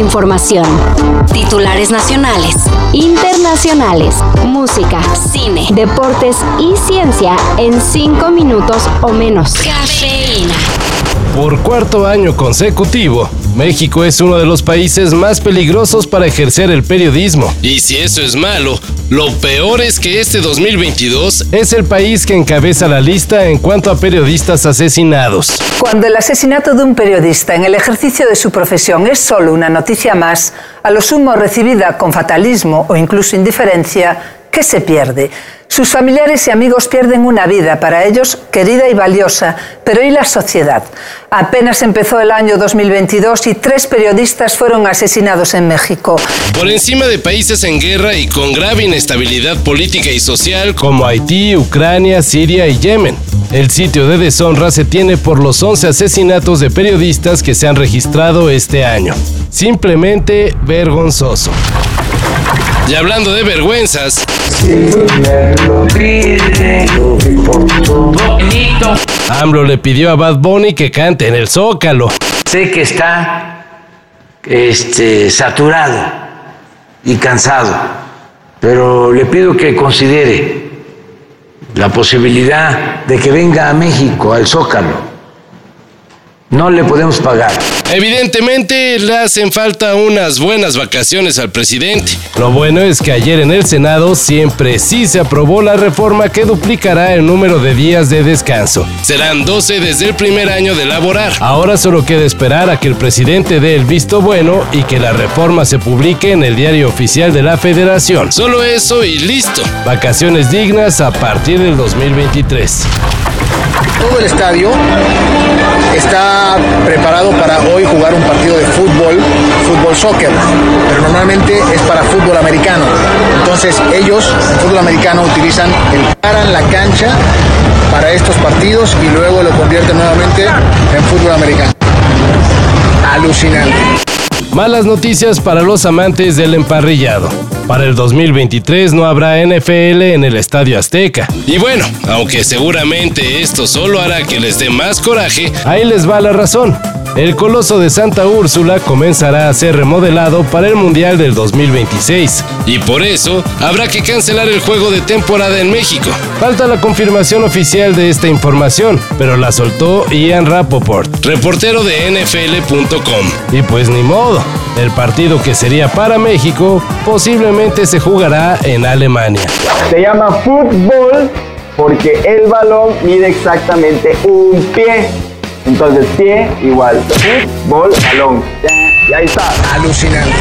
información. Titulares nacionales, internacionales, música, cine, deportes y ciencia en 5 minutos o menos. Cafeína. Por cuarto año consecutivo, México es uno de los países más peligrosos para ejercer el periodismo. Y si eso es malo, lo peor es que este 2022 es el país que encabeza la lista en cuanto a periodistas asesinados. Cuando el asesinato de un periodista en el ejercicio de su profesión es solo una noticia más, a lo sumo recibida con fatalismo o incluso indiferencia, ¿qué se pierde? Sus familiares y amigos pierden una vida, para ellos querida y valiosa, pero ¿y la sociedad? Apenas empezó el año 2022 y 3 periodistas fueron asesinados en México. Por encima de países en guerra y con grave inestabilidad política y social como Haití, Ucrania, Siria y Yemen. El sitio de deshonra se tiene por los 11 asesinatos de periodistas que se han registrado este año. Simplemente vergonzoso. Y hablando de vergüenzas, AMLO le pidió a Bad Bunny que cante en el Zócalo. Sé que está saturado y cansado, pero le pido que considere la posibilidad de que venga a México, al Zócalo. No le podemos pagar. Evidentemente le hacen falta unas buenas vacaciones al presidente. Lo bueno es que ayer en el Senado siempre sí se aprobó la reforma que duplicará el número de días de descanso. Serán 12 desde el primer año de laborar. Ahora solo queda esperar a que el presidente dé el visto bueno y que la reforma se publique en el Diario Oficial de la Federación. Solo eso y listo. Vacaciones dignas a partir del 2023. Todo el estadio está preparado para hoy jugar un partido de fútbol soccer, pero normalmente es para fútbol americano. Entonces ellos, en fútbol americano, paran la cancha para estos partidos y luego lo convierten nuevamente en fútbol americano. Alucinante. Malas noticias para los amantes del emparrillado. Para el 2023 no habrá NFL en el Estadio Azteca. Y bueno, aunque seguramente esto solo hará que les dé más coraje, ahí les va la razón. El Coloso de Santa Úrsula comenzará a ser remodelado para el Mundial del 2026. Y por eso habrá que cancelar el juego de temporada en México. Falta la confirmación oficial de esta información, pero la soltó Ian Rapoport, reportero de NFL.com. Y pues ni modo, el partido que sería para México posiblemente se jugará en Alemania. Se llama fútbol porque el balón mide exactamente un pie. Entonces, pie igual fútbol, balón. Y ahí está. Alucinante.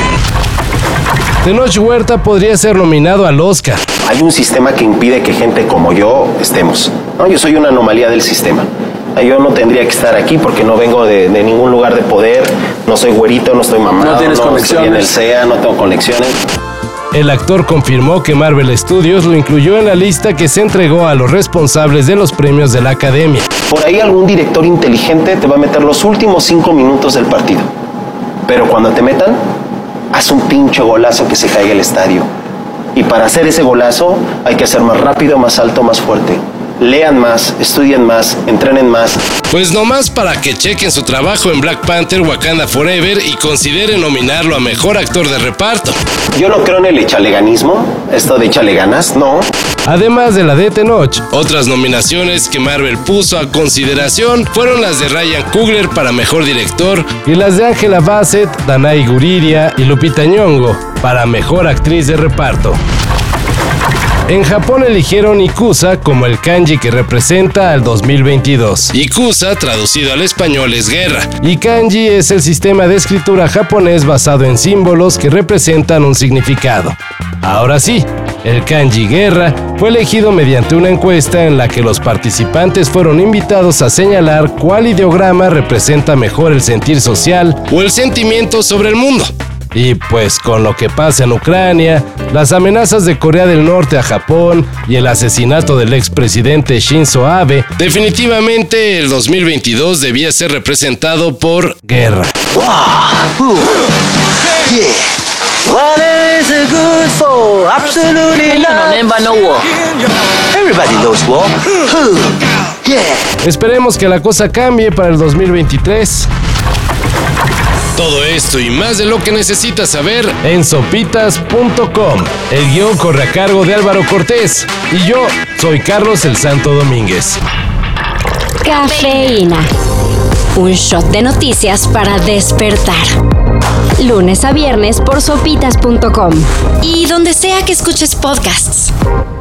Tenoch Huerta podría ser nominado al Oscar. Hay un sistema que impide que gente como yo estemos. No, yo soy una anomalía del sistema. Yo no tendría que estar aquí porque no vengo de ningún lugar de poder. No soy güerito, no estoy mamado. No tienes conexiones. Estoy en el CEA, no tengo conexiones. El actor confirmó que Marvel Studios lo incluyó en la lista que se entregó a los responsables de los premios de la Academia. Por ahí algún director inteligente te va a meter los últimos 5 minutos del partido. Pero cuando te metan, haz un pinche golazo que se caiga el estadio. Y para hacer ese golazo hay que hacer más rápido, más alto, más fuerte. Lean más, estudien más, entrenen más. Pues nomás para que chequen su trabajo en Black Panther Wakanda Forever y consideren nominarlo a Mejor Actor de Reparto. Yo no creo en el échaleganismo, esto de échale ganas, no. Además de la de Tenoch, otras nominaciones que Marvel puso a consideración fueron las de Ryan Coogler para Mejor Director y las de Angela Bassett, Danai Guriria y Lupita Nyong'o para Mejor Actriz de Reparto. En Japón eligieron Ikusa como el kanji que representa al 2022. Ikusa, traducido al español, es guerra. Y kanji es el sistema de escritura japonés basado en símbolos que representan un significado. Ahora sí, el kanji guerra fue elegido mediante una encuesta en la que los participantes fueron invitados a señalar cuál ideograma representa mejor el sentir social o el sentimiento sobre el mundo. Y pues con lo que pasa en Ucrania, las amenazas de Corea del Norte a Japón y el asesinato del expresidente Shinzo Abe, definitivamente el 2022 debía ser representado por guerra. What is it good for? Absolutely nothing but no war. Everybody knows war. Yeah. Esperemos que la cosa cambie para el 2023. Todo esto y más de lo que necesitas saber En sopitas.com. El guión corre a cargo de Álvaro Cortés. Y yo soy Carlos el Santo Domínguez. Cafeína. Un shot de noticias para despertar. Lunes a viernes por sopitas.com. Y donde sea que escuches podcasts.